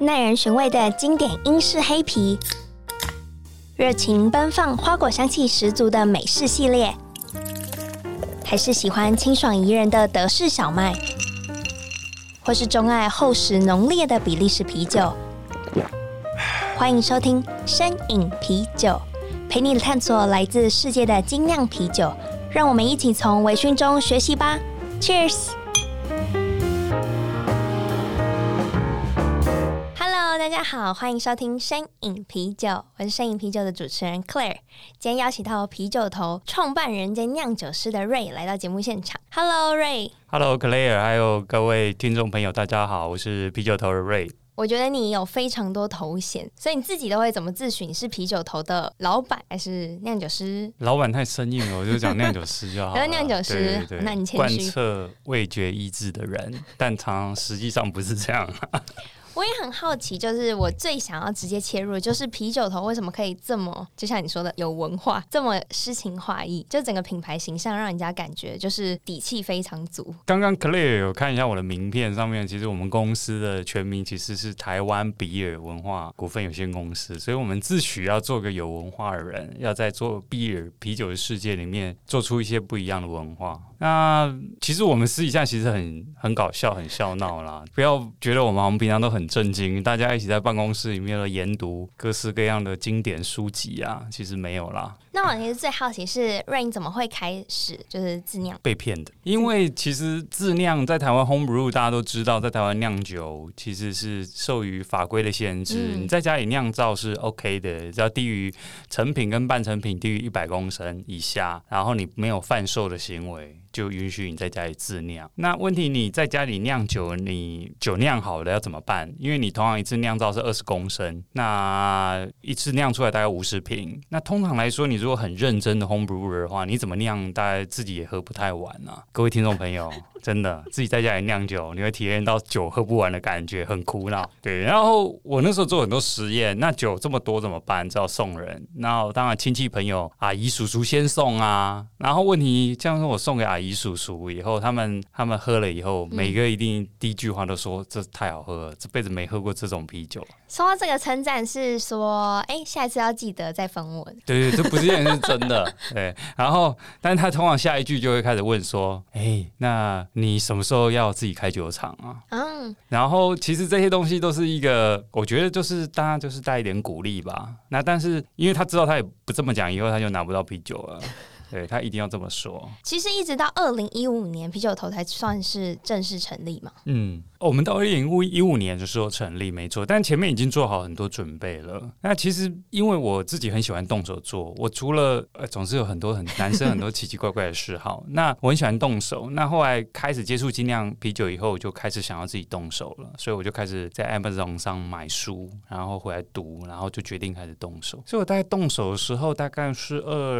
耐人寻味的经典英式黑啤，热情奔放、花果香气十足的美式系列，还是喜欢清爽宜人的德式小麦，或是钟爱厚实浓烈的比利时啤酒。欢迎收听深饮啤酒，陪你探索来自世界的精酿啤酒，让我们一起从微醺中学习吧。Cheers！Hello， 大家好，欢迎收听深饮啤酒，我是深饮啤酒的主持人 Claire。今天邀请到啤酒头创办人兼酿酒师的 Ray 来到节目现场。Hello Ray。Hello Claire， 还有各位听众朋友，大家好，我是啤酒头的 Ray。 我觉得你有非常多头衔，所以你自己都会怎么自诩？你是啤酒头的老板还是酿酒师？ 老板太生硬了，我就讲酿酒师就好了。 酿酒师， 对对对， 那你谦虚。 贯彻味觉一致的人，但常实际上不是这样。 我也很好奇，就是我最想要直接切入的就是啤酒头为什么可以这么，就像你说的有文化，这么诗情画意，就整个品牌形象让人家感觉就是底气非常足。 刚刚 Claire 有看一下我的名片上面，其实我们公司的全名其实是台湾比尔文化股份有限公司，所以我们自诩要做个有文化的人，要在做比尔啤酒的世界里面做出一些不一样的文化。那其实我们私底下其实很搞笑，很笑闹啦，不要觉得我们好像平常都很震惊，大家一起在办公室里面的研读各式各样的经典书籍啊，其实没有啦。 那我其实最好奇是 Ray 怎么会开始就是自酿？ 被骗的，因为其实自酿在台湾 home brew 大家都知道，在台湾酿酒其实是受于法规的限制，你在家里酿造是 OK 的，只要低于成品跟半成品低于100公升以下，然后你没有贩售的行为，就允许你在家里自酿。那问题你在家里酿酒，你酒酿好了要怎么办？因为你通常一次酿造是20公升，那一次酿出来大概50瓶。那通常来说，你如果很认真的 home brewer 的话，你怎么酿大概自己也喝不太完啊。各位听众朋友，真的自己在家里酿酒，你会体验到酒喝不完的感觉，很苦恼。对，然后我那时候做很多实验，那酒这么多怎么办？只好送人。然后当然亲戚朋友、阿姨叔叔先送啊。然后问题这样说，我送给阿姨叔叔以后，他们喝了以后，每个一定第一句话都说：“这太好喝了，这辈子没喝过这种啤酒。” 说到这个称赞是说，下一次要记得再分我。 对对，这不是件是真的。对，然后，但是他通常下一句就会开始问说：“那你什么时候要自己开酒厂啊？”然后其实这些东西都是一个，我觉得就是大家就是带一点鼓励吧。那但是因为他知道他也不这么讲，以后他就拿不到啤酒了。对，他一定要这么说。 其实一直到2015年，啤酒头才算是正式成立嘛。 我们到2015年的时候成立，没错，但前面已经做好很多准备了。那其实因为我自己很喜欢动手做，我除了总是有很多男生很多奇奇怪怪的嗜好，那我很喜欢动手。那后来开始接触精酿啤酒以后，我就开始想要自己动手了，所以我就开始在 Amazon 上买书，然后回来读，然后就决定开始动手。所以我大概动手的时候，大概是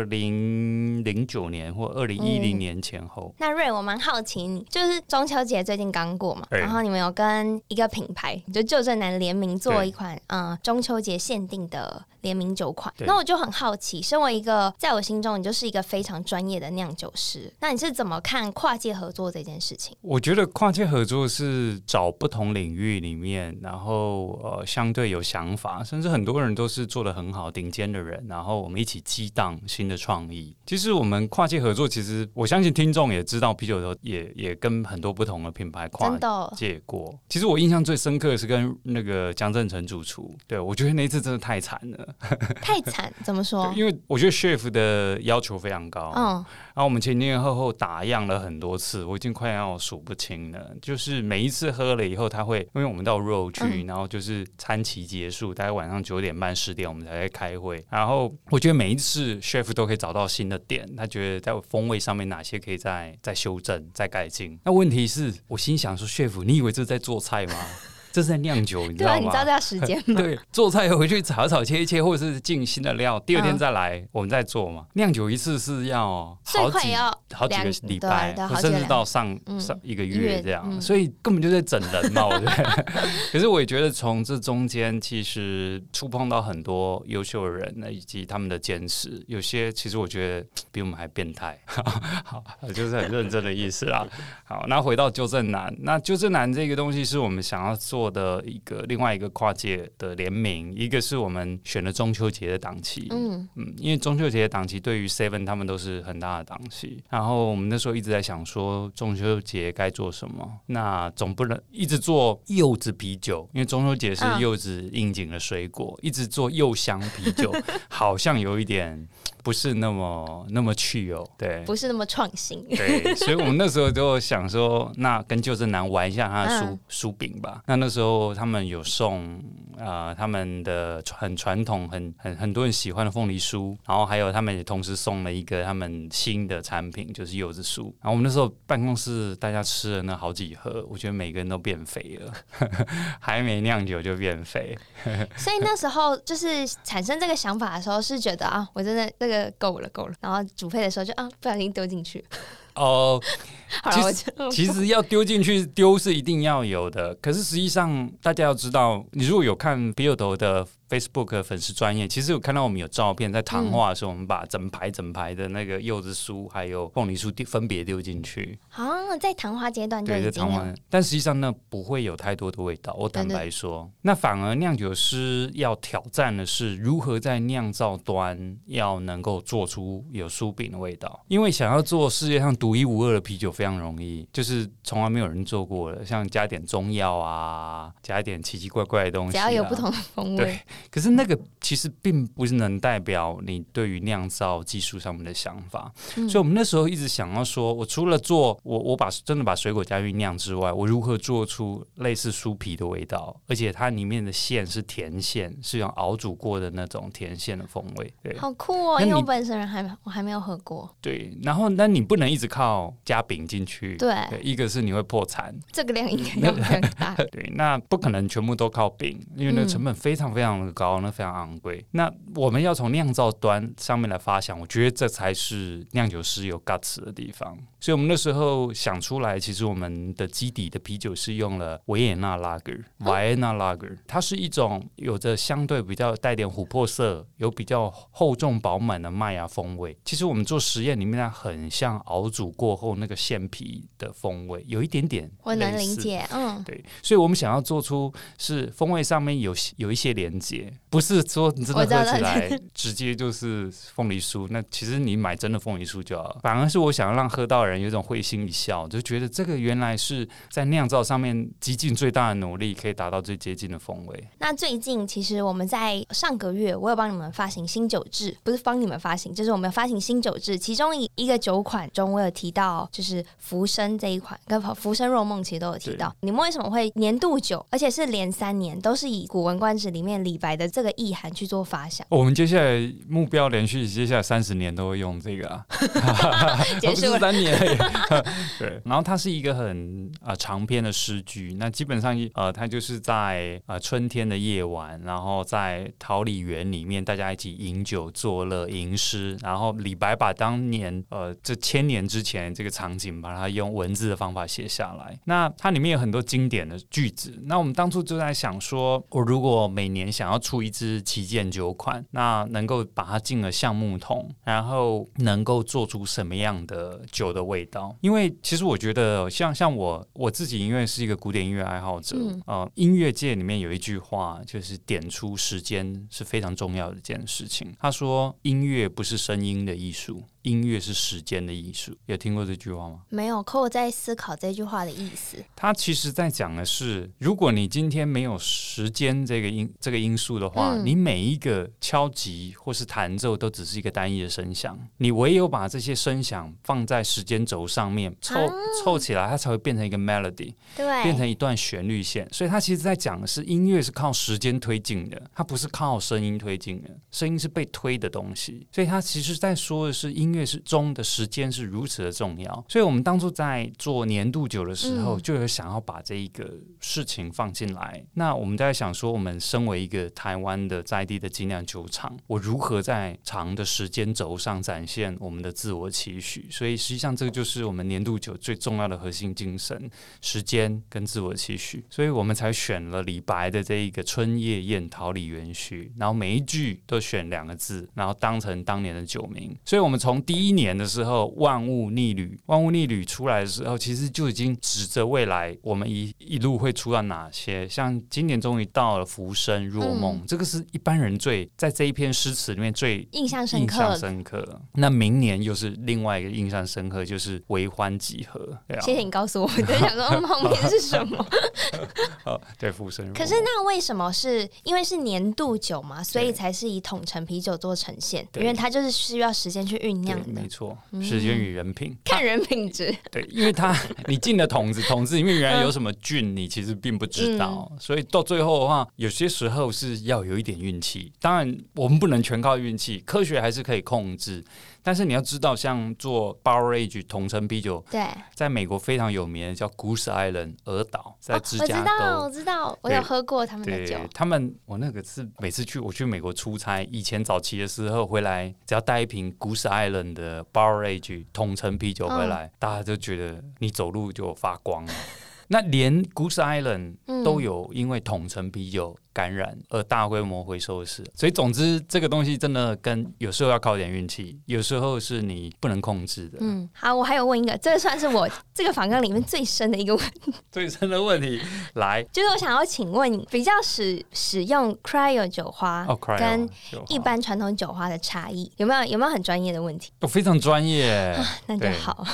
2009年或2010年前后。 那Ray，我蛮好奇你，就是中秋节最近刚过嘛，然后你们有跟一个品牌就旧正男联名做一款中秋节限定的联名酒款。那我就很好奇，身为一个在我心中你就是一个非常专业的酿酒师，那你是怎么看跨界合作这件事情？ 我觉得跨界合作是找不同领域里面，然后相对有想法，甚至很多人都是做得很好顶尖的人，然后我们一起激荡新的创意。其实我们跨界合作，其实我相信听众也知道，啤酒头也跟很多不同的品牌跨界过。其实我印象最深刻的是跟那个江振成主厨，对，我觉得那一次真的太惨了。 太惨怎么说？ 因为我觉得 chef 的要求非常高，然后我们前后打样了很多次，我已经快要数不清了。就是每一次喝了以后，他会因为我们到 road 去，然后就是餐期结束，大概晚上9点半10点我们才会开会。然后我觉得每一次 chef 都可以找到新的点，他觉得在风味上面哪些可以再修正、再改进。那问题是我心想说 chef， 你以为这是在做菜吗？这是在酿酒，你知道吗？ 对啊，你知道这要时间吗？ 对，做菜回去炒切一切，或者是进新的料，第二天再来，我们再做嘛。酿酒一次是要好几个礼拜，甚至到上1个月这样，所以根本就在整人嘛，我觉得。可是我也觉得从这中间其实触碰到很多优秀的人，以及他们的坚持，有些其实我觉得比我们还变态，好，就是很认真的意思啦。好，那回到纠正男，那纠正男这个东西是我们想要做做的另外一个跨界的联名，一个是我们选了中秋节的档期，因为中秋节的档期对于 Seven 他们都是很大的档期，然后我们那时候一直在想说中秋节该做什么，那总不能一直做柚子啤酒，因为中秋节是柚子应景的水果，一直做柚香啤酒好像有一点不是那么趣哦，对， 不是那么创新， 对，所以我们那时候就想说，那跟旧正南玩一下他的书饼吧。那时候他们有送他们的很传统、很多人喜欢的凤梨酥，然后还有他们也同时送了一个他们新的产品，就是柚子酥。然后我们那时候办公室大家吃了那好几盒，我觉得每个人都变肥了，还没酿酒就变肥。 所以那时候就是产生这个想法的时候，是觉得啊，我真的这个够了，然后煮配的时候就不小心丢进去。 其实要丢进去丢是一定要有的，可是实际上大家要知道，你如果有看啤酒头的 Facebook 粉丝专页，其实有看到我们有照片，在糖化的时候，我们把整排的那个柚子酥还有凤梨酥分别丢进去。 在糖化阶段就已经有， 但实际上那不会有太多的味道。我坦白说，那反而酿酒师要挑战的是如何在酿造端要能够做出有酥饼的味道，因为想要做世界上独一无二的啤酒非常容易，就是从来没有人做过的，像加点中药啊，加一点奇奇怪怪的东西， 只要有不同的风味。 对，可是那个其实并不是能代表你对于酿造技术上面的想法，所以我们那时候一直想要说，我除了做我真的把水果加进去酿之外，我如何做出类似酥皮的味道，而且它里面的馅是甜馅，是用熬煮过的那种甜馅的风味。对， 好酷哦！因为我本身我还没有喝过。 对，然后那你不能一直靠加饼进去，对，一个是你会破产， 这个量应该要很大。 对，那不可能全部都靠饼，因为那个成本非常非常的高，那非常昂贵。那我们要从酿造端上面来发想，我觉得这才是酿酒师有 guts 的地方。所以我们那时候想出来，其实我们的基底的啤酒是用了维也纳 Lager，Vienna Lager， 它是一种有着相对比较带点琥珀色，有比较厚重饱满的麦芽风味。其实我们做实验里面，它很像熬煮过后那个馅皮的风味，有一点点类似， 我能理解， 对，所以我们想要做出是风味上面有一些连结，不是说你真的喝起来直接就是凤梨酥，那其实你买真的凤梨酥就好，反而是我想要让喝到的人有一种会心一笑，就觉得这个原来是在酿造上面极尽最大的努力，可以达到最接近的风味。 那最近其实我们在上个月，我有帮你们发行新酒制，不是帮你们发行，就是我们有发行新酒制，其中一个酒款中，我有提到就是浮生这一款，跟浮生若梦其实都有提到。你们为什么会年度酒，而且是连3年都是以《古文观止》里面李白的这个意涵去做发想？ 我们接下来目标连续接下来30年都会用这个啊， 结束了 3年而已。对，然后它是一个很长篇的诗句，那基本上它就是在春天的夜晚，然后在桃李园里面大家一起饮酒作乐吟诗，然后李白把当年这1000年之前这个场景把它用文字的方法写下来。那它里面有很多经典的句子，那我们当初就在想说，我如果每年想要出一支旗舰酒款，那能够把它进了橡木桶，然后能够做出什么样的酒的味道。因为其实我觉得像我自己因为是一个古典音乐爱好者，音乐界里面有一句话就是点出时间是非常重要的一件事情。他说音乐不是声音的艺术，音乐是时间的艺术。有听过这句话吗？ 没有，可我在思考这句话的意思。 他其实在讲的是，如果你今天没有时间这个因素的话，你每一个敲击或是弹奏都只是一个单一的声响，你唯有把这些声响放在时间轴上面凑起来，它才会变成一个 melody， 对， 变成一段旋律线。所以他其实在讲的是，音乐是靠时间推进的，它不是靠声音推进的，声音是被推的东西。所以他其实在说的是，音乐中的时间是如此的重要。所以我们当初在做年度酒的时候，就有想要把这一个事情放进来。那我们在想说，我们身为一个台湾的在地的精酿酒厂，我如何在长的时间轴上展现我们的自我期许？所以实际上这个就是我们年度酒最重要的核心精神，时间跟自我期许。所以我们才选了李白的这一个春夜宴桃李园序，然后每一句都选2个字，然后当成当年的酒名。所以我们从从第一年的时候，万物逆旅出来的时候，其实就已经指着未来我们一路会出到哪些。像今年终于到了浮生若梦，这个是一般人在这一篇诗词里面最印象深刻。 那明年又是另外一个印象深刻，就是为欢几何。 谢谢你告诉我，我就想说后面是什么。 对，浮生若梦。 可是那为什么是因为是年度酒嘛，所以才是以统称啤酒做呈现？因为它就是需要时间去酝酿的。 没错，时间与人品， 看人品质。 对，因为你进了桶子里面原来有什么菌，你其实并不知道，所以到最后的话，有些时候是要有一点运气。当然，我们不能全靠运气，科学还是可以控制。但是你要知道，像做 Barrel Age 统称啤酒， 对， 在美国非常有名的叫 Goose Island 鹅岛，在芝加哥。 我知道，我有喝过他们的酒。 他们我那个是每次我去美国出差，以前早期的时候回来，只要带一瓶 Goose Island 的 Barrel Age 统称啤酒回来，大家就觉得你走路就发光了。那连 Goose Island 都有因为统称啤酒感染而大规模回收的事，所以总之这个东西真的跟有时候要靠点运气，有时候是你不能控制的。 好，我还有问一个，这算是我这个访纲里面最深的一个问题。 最深的问题来， 就是我想要请问你，比较使用 cryo 酒花跟一般传统酒花的差异，有没有很专业的问题？ 非常专业， 那就好。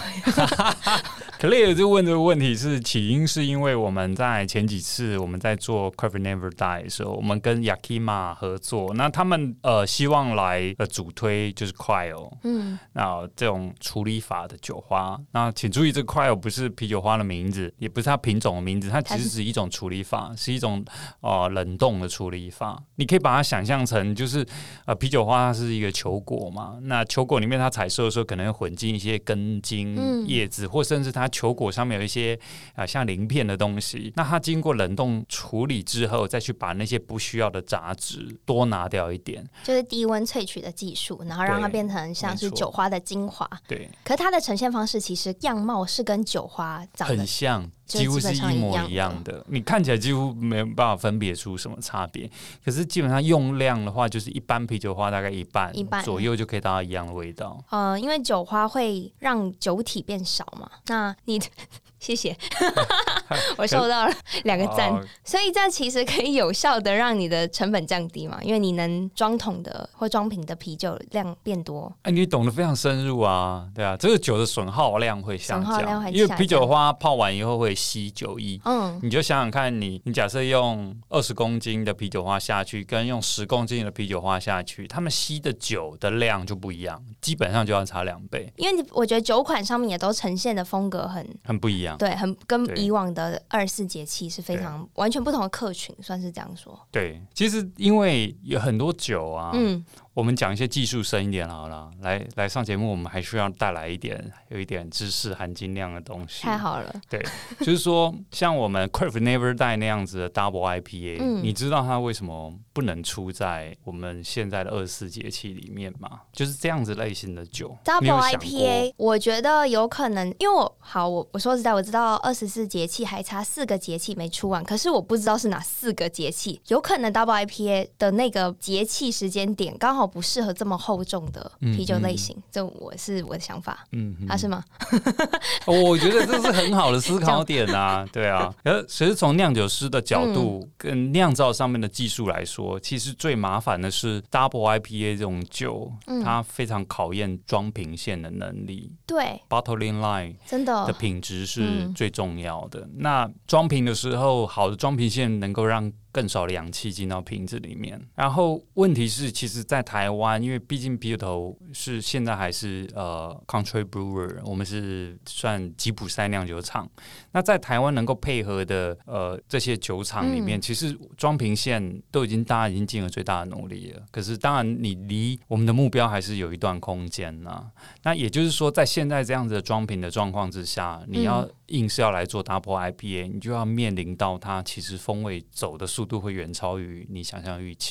Claire 就问这个问题是起因是因为我们在前几次我们在做 Craft Never Die 的时候，我们跟 Yakima 合作，那他们希望来主推就是 cryo， 那这种处理法的酒花。那请注意，这个 cryo 不是啤酒花的名字，也不是它品种的名字，它其实是一种处理法，是一种冷冻的处理法。你可以把它想象成就是啤酒花它是一个球果嘛，那球果里面它采收的时候可能会混进一些根茎、叶子，或甚至它球果上面有一些像鳞片的东西，那它经过冷冻处理之后，再去把那些不需要的杂质多拿掉一点， 就是低温萃取的技术，然后让它变成像是酒花的精华。 对， 可是它的呈现方式其实样貌是跟酒花长得很像，几乎是一模一样的，你看起来几乎没有办法分别出什么差别。可是基本上用量的话，就是一般啤酒花大概一半左右就可以达到一样的味道。 因为酒花会让酒体变少嘛，那你谢谢我收到了2个赞，所以这其实可以有效的让你的成本降低嘛，因为你能装桶的或装瓶的啤酒量变多。 你懂得非常深入啊，对啊，这个酒的损耗量会下降，因为啤酒花泡完以后会吸酒液。你就想想看你假设用20公斤的啤酒花下去，跟用10公斤的啤酒花下去，他们吸的酒的量就不一样，基本上就要差2倍。 因为我觉得酒款上面也都呈现的风格很不一样。 对，跟以往的24节气是非常完全不同的客群，算是这样说。 对，其实因为有很多酒啊，我们讲一些技术深一点好了，来上节目，我们还需要带来有一点知识含金量的东西。 太好了， 对，就是说像我们 Craft Never Die 那样子的 Double IPA，你知道它为什么不能出在我们现在的24节气里面吗？就是这样子类型的酒 Double IPA， 我觉得有可能，因为我说实在，我知道24节气还差4个节气没出完，可是我不知道是哪4个节气，有可能 Double IPA 的那个节气时间点刚好不适合这么厚重的啤酒类型，这是我的想法。是吗？ 我觉得这是很好的思考点啊，对啊。其实从酿酒师的角度跟酿造上面的技术来说，其实最麻烦的是 Double IPA 这种酒，它非常考验装瓶线的能力。 对 ，Bottling line 真的品质是最重要的。那装瓶的时候，好的装瓶线能够让更少的氧气进到瓶子里面。然后问题是，其实在台湾，因为毕竟啤酒头是现在还是Country Brewer， 我们是算吉普赛酿酒厂。那在台湾能够配合的这些酒厂里面，其实装瓶线大家已经尽了最大的努力了。可是当然，你离我们的目标还是有一段空间呐。那也就是说，在现在这样子的装瓶的状况之下，你要硬是要来做 Double IPA， 你就要面临到它其实风味走的速度会远超于你想象的预期。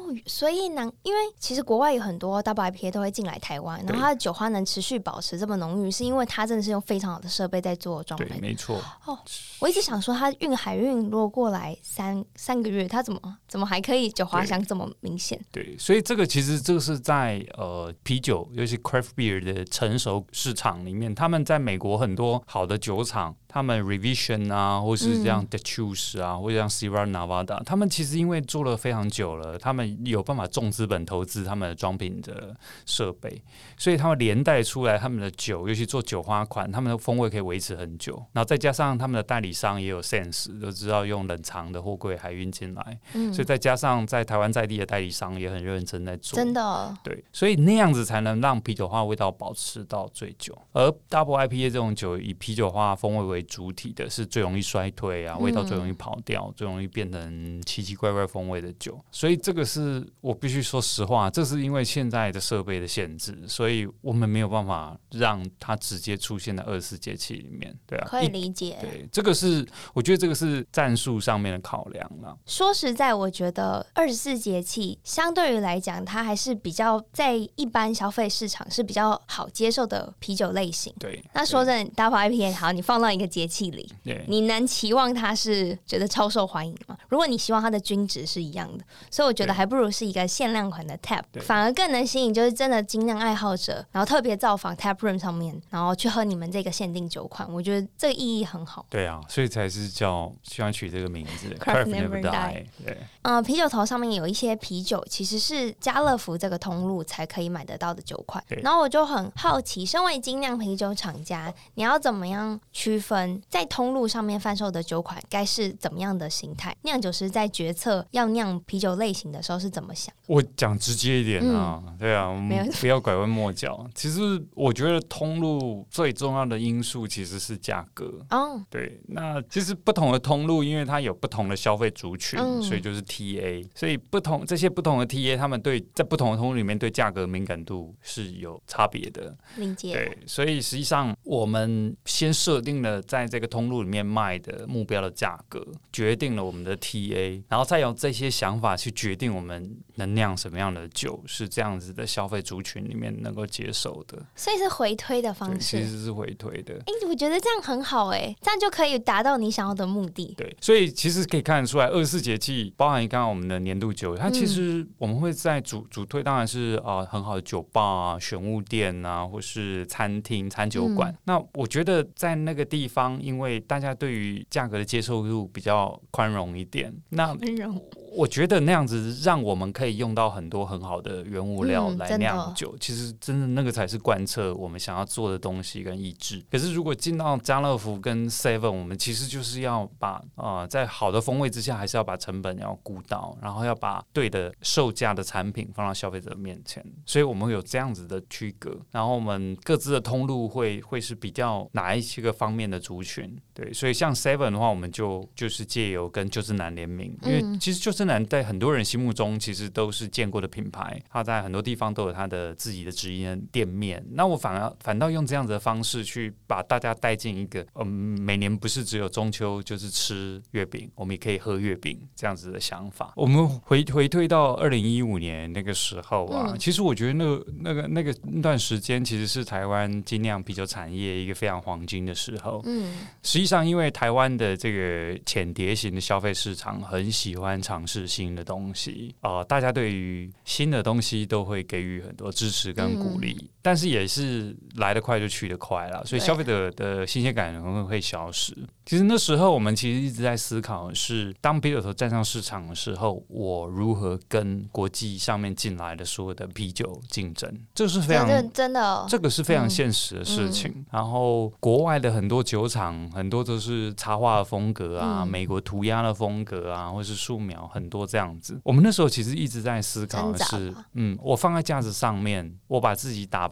所以因为其实国外有很多 double IPA 都会进来台湾，然后它的酒花能持续保持这么浓郁，是因为它真的是用非常好的设备在做装配。 对，没错。 我一直想说，它海运如果过来三个月，它怎么还可以酒花香这么明显？ 对，所以这个其实这个是在啤酒，尤其 craft beer 的成熟市场里面，他们在美国很多好的酒厂，他们 Revision 啊，或是这样 Deschutes 啊，或者像 Sierra Nevada， 他们其实因为做了非常久了，他们有办法重资本投资他们的装瓶的设备，所以他们连带出来他们的酒，尤其做酒花款，他们的风味可以维持很久。然后再加上他们的代理商也有 sense， 都知道用冷藏的货柜海运进来，所以再加上在台湾在地的代理商也很认真在做， 真的对，所以那样子才能让啤酒花味道保持到最久。而 Double IPA 这种酒以啤酒花风味为主体的，是最容易衰退啊，味道最容易跑掉，最容易变成奇奇怪怪风味的酒。所以这个是我必须说实话，这是因为现在的设备的限制，所以我们没有办法让它直接出现在24节气里面。对啊， 可以理解。 对，这个是我觉得这个是战术上面的考量啦。 说实在，我觉得24节气相对于来讲，它还是比较在一般消费市场是比较好接受的啤酒类型。 对， 那说真的 ，Double IPA 好，你放到一个节气里，你能期望它是觉得超受欢迎吗？如果你希望它的均值是一样的，所以我觉得还不如是一个限量款的 Tap， 反而更能吸引就是真的精酿爱好者，然后特别造访 Tap Room 上面，然后去喝你们这个限定酒款，我觉得这个意义很好。 对啊，所以才是喜欢取这个名字 Craft Never Die。对，啤酒头上面有一些啤酒其实是家乐福这个通路才可以买得到的酒款，然后我就很好奇，身为精酿啤酒厂家，你要怎么样区分在通路上面贩售的酒款该是怎么样的形态？酿酒师在决策要酿啤酒类型的时候是怎么想？ 我讲直接一点啊，对啊，我们不要拐弯抹角。其实我觉得通路最重要的因素其实是价格。对，那其实不同的通路，因为它有不同的消费族群，所以就是 TA， 所以这些不同的 TA， 他们在不同的通路里面对价格敏感度是有差别的。 理解。 对，所以实际上我们先设定了在这个通路里面卖的目标的价格，决定了我们的 TA， 然后再用这些想法去决定我们能酿什么样的酒，是这样子的消费族群里面能够接受的。 所以是回推的方式， 其实是回推的。 我觉得这样很好这样就可以达到你想要的目的。 对，所以其实可以看得出来，24节气包含刚刚我们的年度酒，它其实我们会在主推，当然是很好的酒吧啊、选物店啊，或是餐厅、餐酒馆。那我觉得在那个地方，因为大家对于价格的接受度比较宽容一点，那我觉得那样子让我们可以用到很多很好的原物料来酿酒，其实真的那个才是贯彻我们想要做的东西跟意志。可是如果进到家乐福跟 Seven， 我们其实就是要把在好的风味之下，还是要把成本要顾到，然后要把对的售价的产品放到消费者面前，所以我们会有这样子的区隔。然后我们各自的通路会是比较哪一些个方面的族群。对，所以像 Seven 的话，我们就是借由跟旧之南联名，因为其实旧之南在很多人心目中其实都是见过的品牌，它在很多地方都有它的自己的直营店面。那我反倒用这样子的方式去把大家带进一个每年不是只有中秋就是吃月饼，我们也可以喝月饼这样子的想法。我们回推到2015年那个时候啊，其实我觉得那段时间其实是台湾精酿啤酒产业一个非常黄金的时候。实际上因为台湾的这个浅碟型的消费市场很喜欢尝试新的东西大家对于新的东西都会给予很多支持跟鼓励，但是也是来得快就去得快了，所以消费者的新鲜感可能会消失。其实那时候我们其实一直在思考的是，当啤酒头站上市场的时候，我如何跟国际上面进来的所有的啤酒竞争，这是非常真的这个是非常现实的事情。然后国外的很多酒厂很多都是插画的风格啊，美国涂鸦的风格啊，或是素描，很多这样子。我们那时候其实一直在思考的是我放在架子上面，我把自己打扮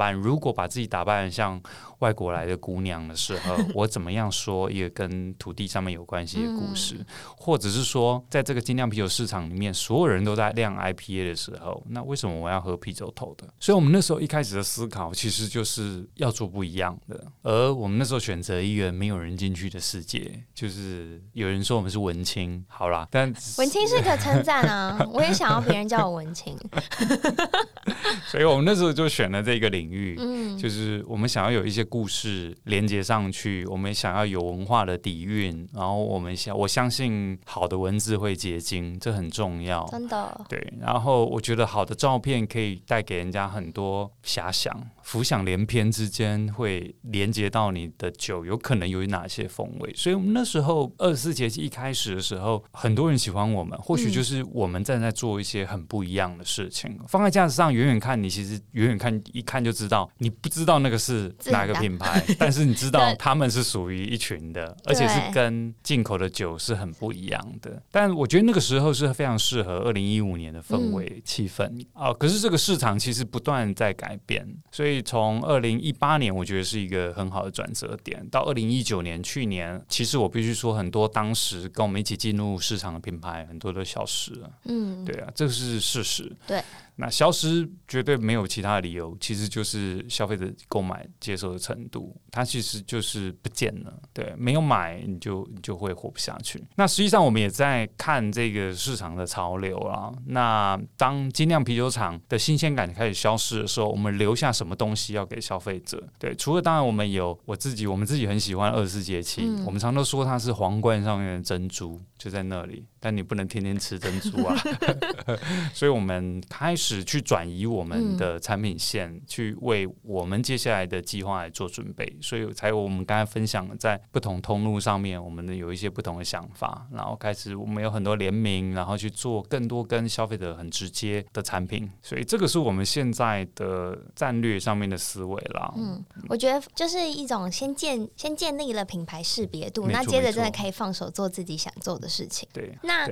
扮，如果把自己打扮像外国来的姑娘的时候，我怎么样说一个跟土地上面有关系的故事，或者是说在这个精酿啤酒市场里面所有人都在酿 IPA 的时候，那为什么我要喝啤酒头的？所以我们那时候一开始的思考其实就是要做不一样的，而我们那时候选择一个没有人进去的世界，就是有人说我们是文青，好啦，但文青是个称赞啊，我也想要别人叫我文青所以我们那时候就选了这个领域，就是我们想要有一些故事连接上去，我们想要有文化的底蕴，然后我相信好的文字会结晶，这很重要， 真的。 对，然后我觉得好的照片可以带给人家很多遐想，浮想联翩之间会连接到你的酒有可能有哪些风味。所以我们那时候24节气一开始的时候，很多人喜欢我们，或许就是我们正在做一些很不一样的事情，放在架子上远远看，你其实远远看一看就知道，你不知道那个是哪个品牌，但是你知道他们是属于一群的，而且是跟进口的酒是很不一样的。但我觉得那个时候是非常适合2015年的氛围气氛可是这个市场其实不断在改变，所以从2018年我觉得是一个很好的转折点，到2019年去年，其实我必须说很多当时跟我们一起进入市场的品牌很多都消失了，对啊，这是事实。 对， 那消失绝对没有其他的理由，其实就是消费者购买接受的程度，它其实就是不见了。对，没有买你就会活不下去。那实际上我们也在看这个市场的潮流啦。那当精酿啤酒厂的新鲜感开始消失的时候，我们留下什么东西要给消费者？对，除了当然我们有我们自己很喜欢24节气，我们常都说它是皇冠上面的珍珠，就在那里，但你不能天天吃珍珠啊。所以我们开始去转移我们的产品线，去为我们接下来的计划来做准备，所以才有我们刚才分享的在不同通路上面我们有一些不同的想法，然后开始我们有很多联名，然后去做更多跟消费者很直接的产品，所以这个是我们现在的战略上面的思维啦。 我觉得就是一种先建立了品牌识别度，那接着真的可以放手做自己想做的事情。 对， 那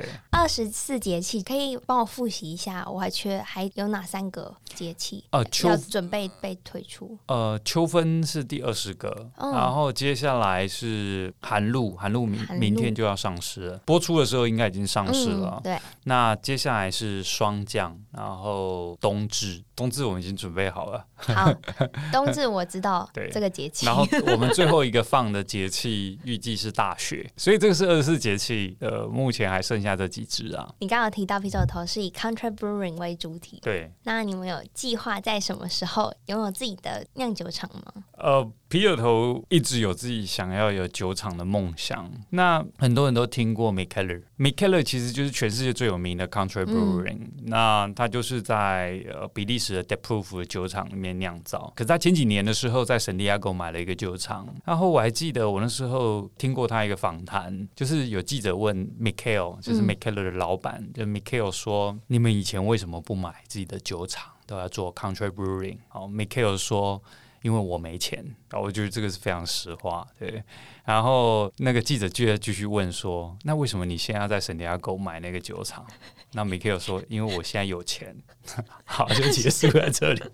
24节气可以帮我复习一下，我还有哪3个节气要准备被推出？ 秋分是第20个，然后接下来是寒露明天就要上市了，播出的时候应该已经上市了。 对， 那接下来是霜降，然后冬至我们已经准备好了。 好，冬至我知道这个节气。 然后我们最后一个放的节气预计是大雪，所以这个是24节气，目前还剩下这几支啊。 你刚刚有提到啤酒头是以 Country Brewing 为主体， 对， 那你们有计划在什么时候拥有自己的酿酒厂吗？ 啤酒头一直有自己想要有酒厂的梦想。那很多人都听过 Mikkeller 其实就是全世界最有名的 Country Brewing，那他就是在比利时的 De Proof 的酒厂里面酿造。可是他前几年的时候在圣地亚哥买了一个酒厂，然后我还记得我那时候听过他一个访谈，就是有记者问 Mikkel， 就是 Mikkeller 的老板，就 Mikkel 说：“你们以前为什么不买自己的酒厂，都要做 Country Brewing？” 好 ，Mikkel 说：“因为我没钱。”我觉得这个是非常实话，对。然后那个记者继续问说：“那为什么你现在要在圣地亚哥买那个酒厂？”那 Mikkel 说：“因为我现在有钱。”好，就结束在这里。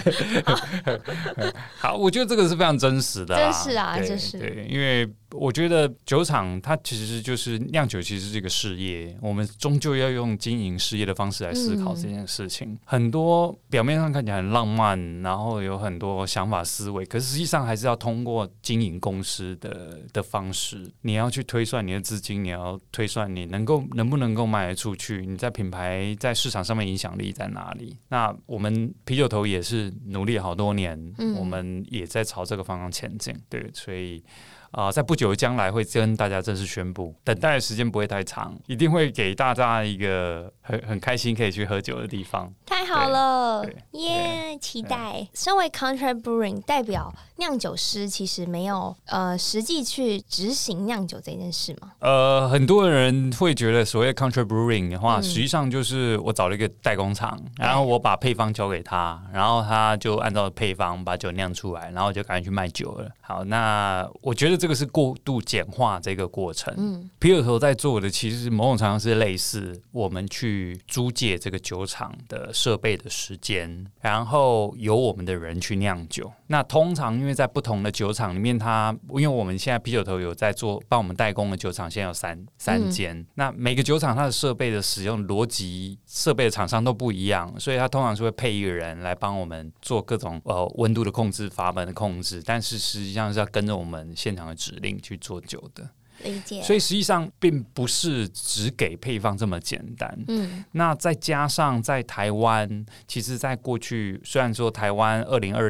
好，我觉得这个是非常真实的， 真是啊， 真是对，因为我觉得酒厂它其实就是酿酒，其实是一个事业，我们终究要用经营事业的方式来思考这件事情。很多表面上看起来很浪漫，然后有很多想法思维，可是实际上还是要通过经营公司的方式，你要去推算你的资金，你要推算你能不能够卖得出去，你在品牌在市场上面影响力在哪里。那我们啤酒头也是努力了好多年，我们也在朝这个方向前进。对，所以在不久的将来会跟大家正式宣布，等待的时间不会太长，一定会给大家一个很开心可以去喝酒的地方。 太好了，耶！期待。身为 Country Brewing 代表酿酒师，其实没有实际去执行酿酒这件事吗？ 很多人会觉得所谓 Country Brewing 的话，实际上就是我找了一个代工厂，然后我把配方交给他，然后他就按照配方把酒酿出来，然后就赶紧去卖酒了。好，那我觉得这个是过度简化这个过程。啤酒头在做的其实某种程度上是类似我们去租借这个酒厂的设备的时间，然后由我们的人去酿酒。那通常因为在不同的酒厂里面，因为我们现在啤酒头有在做帮我们代工的酒厂，现在有三间。那每个酒厂它的设备的使用逻辑、设备的厂商都不一样，所以它通常是会配一个人来帮我们做各种温度的控制、阀门的控制，但是实际上是要跟着我们现场的指令去做酒的。 理解。 所以实际上并不是只给配方这么简单。那再加上在台湾，其实在过去虽然说台湾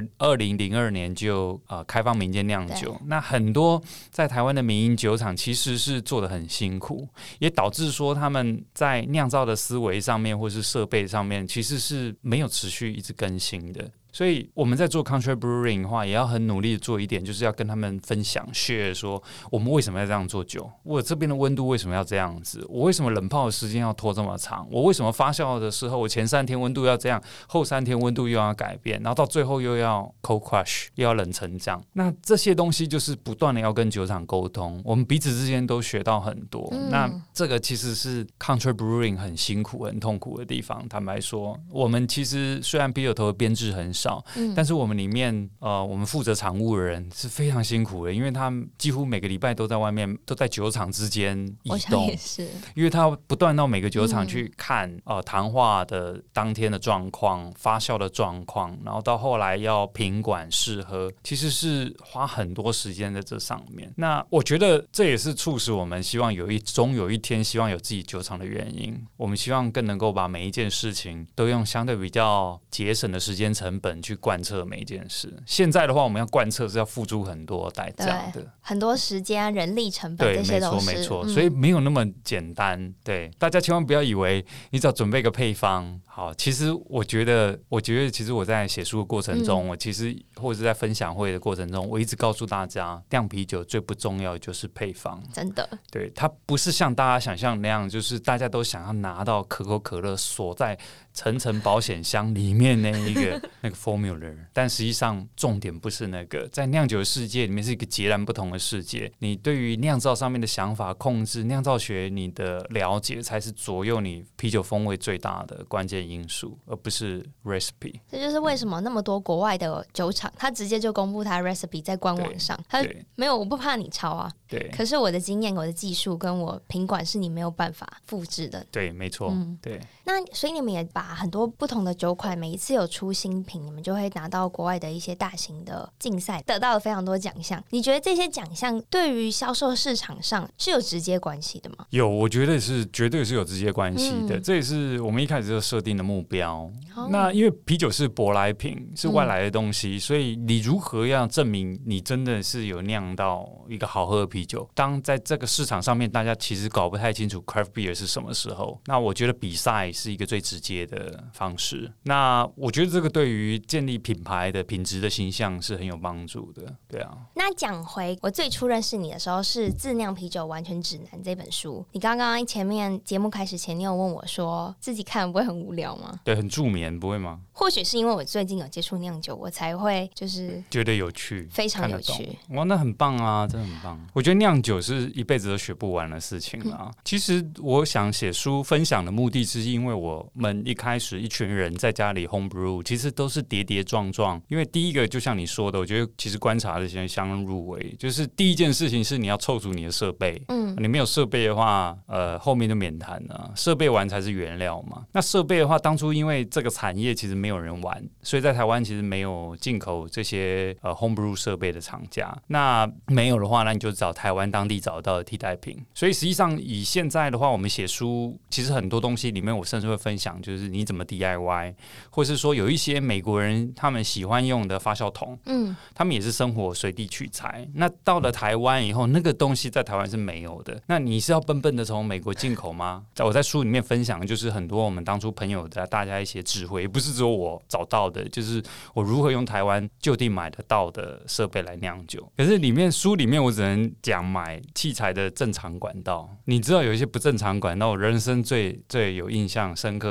2002年就开放民间酿酒，那很多在台湾的民营酒厂其实是做得很辛苦，也导致说他们在酿造的思维上面或是设备上面其实是没有持续一直更新的。所以我们在做 contract brewing 的话，也要很努力的做一点，就是要跟他们分享 share 说我们为什么要这样做酒，我这边的温度为什么要这样子，我为什么冷泡的时间要拖这么长，我为什么发酵的时候我前3天温度要这样，后3天温度又要改变，然后到最后又要 cold crush 又要冷成这样。那这些东西就是不断的要跟酒厂沟通，我们彼此之间都学到很多。那这个其实是 contract brewing 很辛苦很痛苦的地方。坦白说，我们其实虽然啤酒头的编制很少，但是我们里面我们负责厂务的人是非常辛苦的，因为他们几乎每个礼拜都在外面，都在酒厂之间移动。我想也是，因为他不断到每个酒厂去看糖化的当天的状况、发酵的状况，然后到后来要品管试喝，其实是花很多时间在这上面。那我觉得这也是促使我们希望终有一天希望有自己酒厂的原因。我们希望更能够把每一件事情都用相对比较节省的时间成本去贯彻每一件事。现在的话，我们要贯彻是要付出很多代价的， 很多时间、人力成本，这些都是没错，所以没有那么简单。对，大家千万不要以为你只要准备个配方。好，其实我觉得，其实我在写书的过程中，我其实或者是在分享会的过程中，我一直告诉大家，酿啤酒最不重要的就是配方。真的，对，它不是像大家想象那样，就是大家都想要拿到可口可乐锁在层层保险箱里面那个 formula， 但实际上重点不是那个，在酿酒的世界里面是一个截然不同的世界。你对于酿造上面的想法控制，酿造学你的了解，才是左右你啤酒风味最大的关键因素，而不是 recipe。 这就是为什么那么多国外的酒厂，他直接就公布他 recipe 在官网上，他没有，我不怕你抄啊。对，可是我的经验、我的技术跟我品管是你没有办法复制的。 对，没错。对。 那所以你们也把很多不同的酒款，每一次有出新品，你们就会拿到国外的一些大型的竞赛，得到了非常多奖项。你觉得这些奖项对于销售市场上是有直接关系的吗？ 有，我觉得是绝对是有直接关系的。这也是我们一开始就设定的目标。那因为啤酒是舶来品，是外来的东西，所以你如何要证明你真的是有酿到一个好喝的啤酒？当在这个市场上面，大家其实搞不太清楚 craft beer 是什么时候，那我觉得比赛是一个最直接的方式。那我觉得这个对于建立品牌的品质的形象是很有帮助的。对啊。 那讲回我最初认识你的时候，是《自酿啤酒完全指南》这本书。你刚刚前面节目开始前，你有问我说自己看不会很无聊吗？ 对，很助眠，不会吗？ 或许是因为我最近有接触酿酒，我才会就是觉得有趣， 非常有趣。 哇，那很棒啊，真的很棒。我觉得酿酒是一辈子都学不完的事情啦。其实我想写书分享的目的是因为我们一开始一群人在家里 home brew， 其实都是跌跌撞撞。因为第一个就像你说的，我觉得其实观察这些相当入微，就是第一件事情是你要凑足你的设备。你没有设备的话，后面就免谈了。设备完才是原料嘛。那设备的话，当初因为这个产业其实没有人玩，所以在台湾其实没有进口这些home brew 设备的厂家。那没有的话，那你就找台湾当地找到的替代品。所以实际上以现在的话，我们写书其实很多东西里面，我甚至会分享就是你怎么 DIY， 或是说有一些美国人他们喜欢用的发酵桶，他们也是生活随地取材。那到了台湾以后，那个东西在台湾是没有的。那你是要笨笨的从美国进口吗？我在书里面分享就是很多我们当初朋友的大家一些智慧，也不是只有我找到的，就是我如何用台湾就地买得到的设备来酿酒。可是书里面我只能讲买器材的正常管道。你知道有一些不正常管道，我人生最有印象深刻是买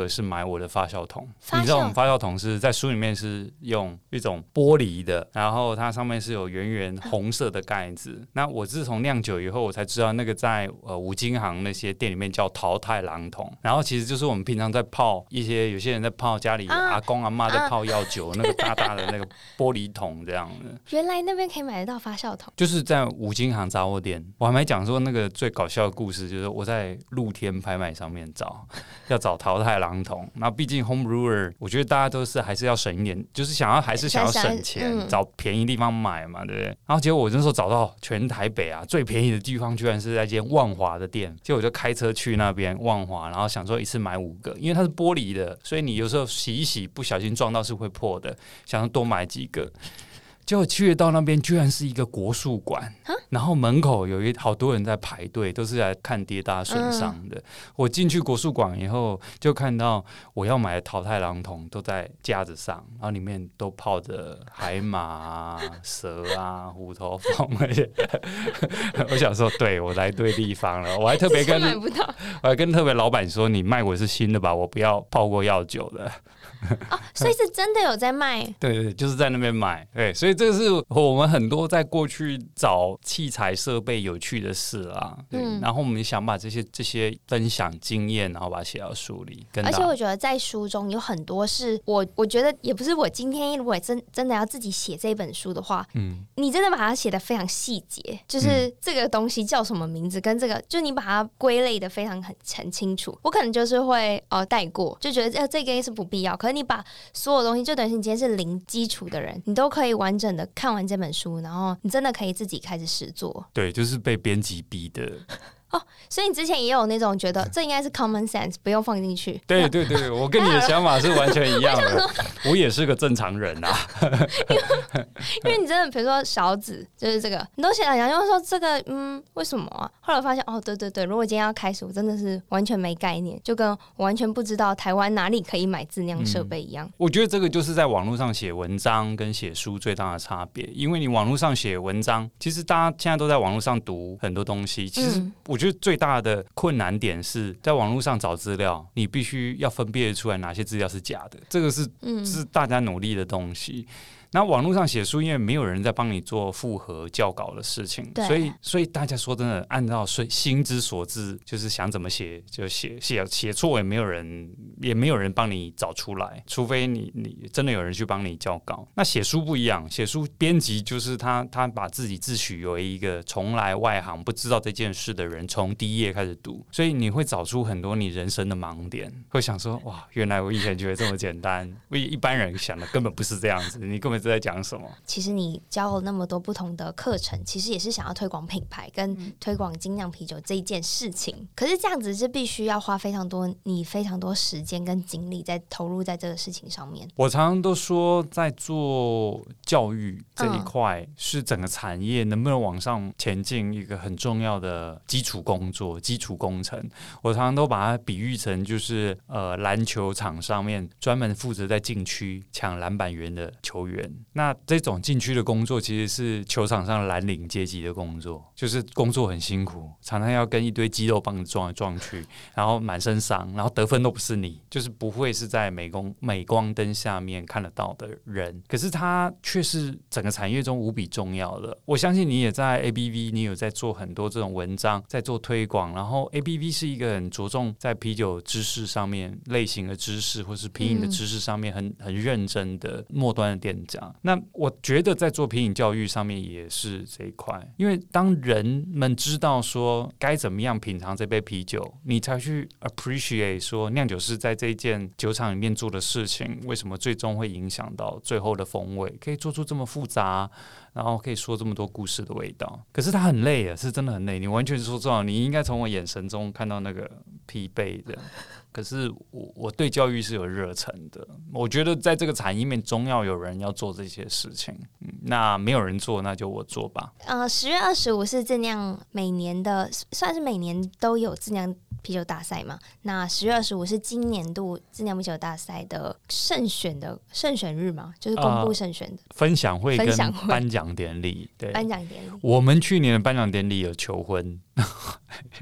我的发酵桶。你知道我们发酵桶是在书里面是用一种玻璃的，然后它上面是有圆圆红色的盖子。那我自从酿酒以后，我才知道那个在五金行那些店里面叫桃太郎桶，然后其实就是我们平常在泡一些有些人在泡家里阿公阿嬷在泡药酒那个大大的那个玻璃桶这样的。 原来那边可以买得到发酵桶， 就是在五金行杂货店。我还没讲说那个最搞笑的故事，就是我在露天拍卖上面要找桃太郎桶。那毕竟 home brewer， 我觉得大家都是还是要省一点，就是还是想要省钱，找便宜地方买嘛，对不对？然后结果我那时候找到全台北最便宜的地方，居然是在一间万华的店。结果我就开车去那边万华，然后想说一次买5个，因为它是玻璃的，所以你有时候洗一洗不小心撞到是会破的，想要多买几个。结果去到那边居然是一个国术馆，然后门口有好多人在排队，都是来看跌打损伤的。我进去国术馆以后，就看到我要买的桃太郎桶都在架子上，然后里面都泡着海马蛇虎头蜂。我想说，对，我来对地方了。我还特别跟特别老板说，你卖我是新的吧，我不要泡过药酒的。 所以是真的有在卖。 对，就是在那边买。对，所以这个是我们很多在过去找器材设备有趣的事啦。对，然后我们想把这些分享经验，然后把它写到书里。 而且我觉得在书中有很多是我觉得也不是我今天如果真的要自己写这本书的话，你真的把它写得非常细节，就是这个东西叫什么名字，跟这个就你把它归类的非常很清楚。我可能就是会带过，就觉得这个是不必要。可是你把所有东西，就等于你今天是零基础的人，你都可以完整的看完这本书，然后你真的可以自己开始实作。 对，就是被编辑逼的。 所以你之前也有那种觉得这应该是 common sense， 不用放进去。 对，我跟你的想法是完全一样的。我也是个正常人啊。 因为你真的，比如说小子，就是这个，你都想就说这个，为什么啊？后来我发现，对，如果今天要开始，我真的是完全没概念，就跟我完全不知道台湾哪里可以买自酿设备一样。 我觉得这个就是在网络上写文章跟写书最大的差别，因为你网络上写文章，其实大家现在都在网络上读很多东西，其实我觉得最大的困难点是在网络上找资料，你必须要分辨出来哪些资料是假的，这个是大家努力的东西。那网络上写书，因为没有人在帮你做复核校稿的事情，所以大家说真的，按照心之所至，就是想怎么写就写错也没有人帮你找出来，除非你真的有人去帮你校稿。那写书不一样，写书编辑就是他把自己自诩为一个从来外行不知道这件事的人，从第一页开始读，所以你会找出很多你人生的盲点，会想说哇，原来我以前觉得这么简单，一般人想的根本不是这样子，你根本在讲什么？其实你教了那么多不同的课程，其实也是想要推广品牌跟推广精酿啤酒这一件事情。可是这样子是必须要花非常多时间跟精力在投入在这个事情上面。 我常常都说，在做教育这一块，是整个产业能不能往上前进一个很重要的基础工作、基础工程。我常常都把它比喻成就是篮球场上面专门负责在禁区抢篮板员的球员。那这种禁区的工作其实是球场上蓝领阶级的工作，就是工作很辛苦，常常要跟一堆肌肉棒子撞来撞去，然后满身伤，然后得分都不是你，就是不会是在镁光灯下面看得到的人，可是他却是整个产业中无比重要的。我相信你也在 ABV， 你有在做很多这种文章，在做推广，然后 ABV 是一个很着重在啤酒知识上面、类型的知识或是品饮的知识上面很认真的末端的店家。那我觉得在做品饮教育上面也是这一块，因为当人们知道说该怎么样品尝这杯啤酒，你才去 appreciate 说酿酒师在这一件酒厂里面做的事情为什么最终会影响到最后的风味，可以做出这么复杂，然后可以说这么多故事的味道。可是它很累啊，是真的很累，你完全说错了，你应该从我眼神中看到那个疲惫的。可是我对教育是有热忱的，我觉得在这个产业面总要有人要做这些事情，那没有人做，那就我做吧。 10月25是自酿每年的，算是每年都有自酿啤酒大赛嘛。那10月25是今年度自酿啤酒大赛的胜选日嘛，就是公布胜选的分享会跟颁奖典礼。对， 颁奖典礼。 我们去年的颁奖典礼有求婚。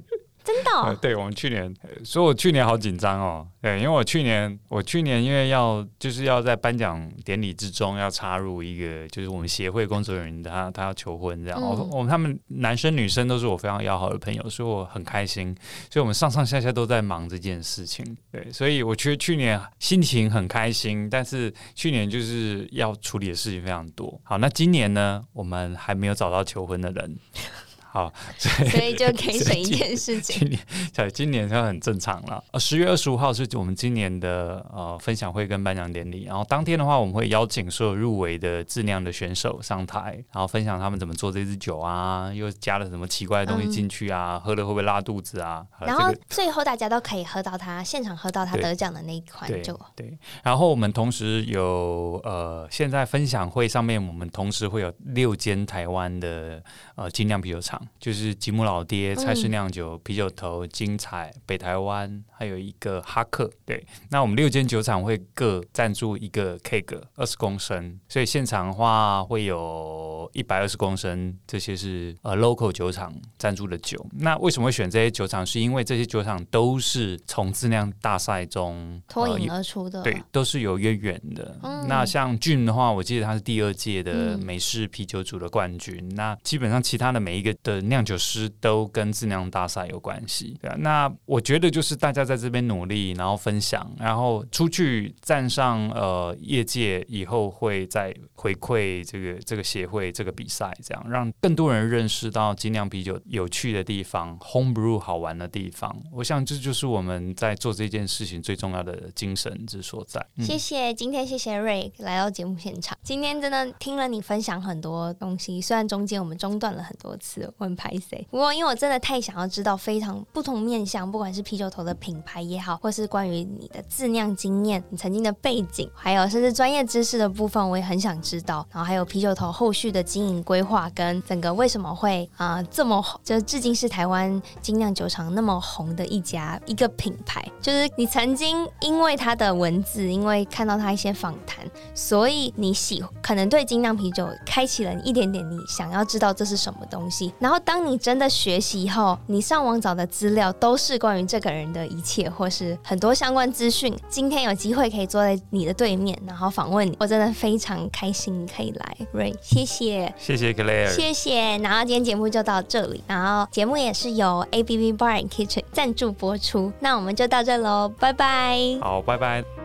真的哦？ 对，我们去年，所以我去年好紧张哦。对，因为我去年因为就是要在颁奖典礼之中要插入一个，就是我们协会工作人员他要求婚这样，他们男生女生都是我非常要好的朋友，所以我很开心，所以我们上上下下都在忙这件事情。对，所以我觉得去年心情很开心，但是去年就是要处理的事情非常多。好，那今年呢，我们还没有找到求婚的人。好， 所以就可以省一件事情。 今年就很正常了。10月25号是我们今年的分享会跟颁奖典礼，然后当天的话，我们会邀请所有入围的自酿的选手上台，然后分享他们怎么做这支酒啊，又加了什么奇怪的东西进去啊，喝了会不会拉肚子啊？ 然后最后大家都可以喝到他现场喝到他得奖的那一款酒。 对，然后我们同时有现在分享会上面，我们同时会有6间台湾的精酿啤酒厂。就是吉姆老爹、蔡氏酿酒、啤酒头、精彩、北台湾，还有一个哈克。对，那我们6间酒厂会各赞助一个 keg 20公升，所以现场的话会有120公升，这些是local 酒厂赞助的酒。那为什么会选这些酒厂？是因为这些酒厂都是从自酿大赛中脱颖而出的， 对，都是有渊源的。那像 Jim 的话，我记得他是第2届的美式啤酒组的冠军。那基本上其他的每一个的酿酒师都跟自酿大赛有关系，对啊。那我觉得就是大家在这边努力，然后分享，然后出去站上业界以后，会再回馈这个协会这个比赛，这样让更多人认识到精酿啤酒有趣的地方 ，Homebrew 好玩的地方。我想这就是我们在做这件事情最重要的精神之所在。 谢谢，今天谢谢 Ray 来到节目现场。今天真的听了你分享很多东西，虽然中间我们中断了很多次，我很拍谁。不过因为我真的太想要知道非常不同面向，不管是啤酒头的品牌也好，或是关于你的自酿经验、你曾经的背景，还有甚至专业知识的部分，我也很想知道。然后还有啤酒头后续的经营规划，跟整个为什么会这么就至今是台湾精酿酒厂那么红的一个品牌，就是你曾经因为他的文字，因为看到他一些访谈，所以你可能对精酿啤酒开启了一点点你想要知道这是什么东西。然后当你真的学习以后，你上网找的资料都是关于这个人的一切，或是很多相关资讯。今天有机会可以坐在你的对面，然后访问你，我真的非常开心可以来。Ray， 谢谢， 谢谢 Claire， 谢谢。然后今天节目就到这里，然后节目也是由 ABV Bar and Kitchen 赞助播出。那我们就到这喽，拜拜。 好，拜拜。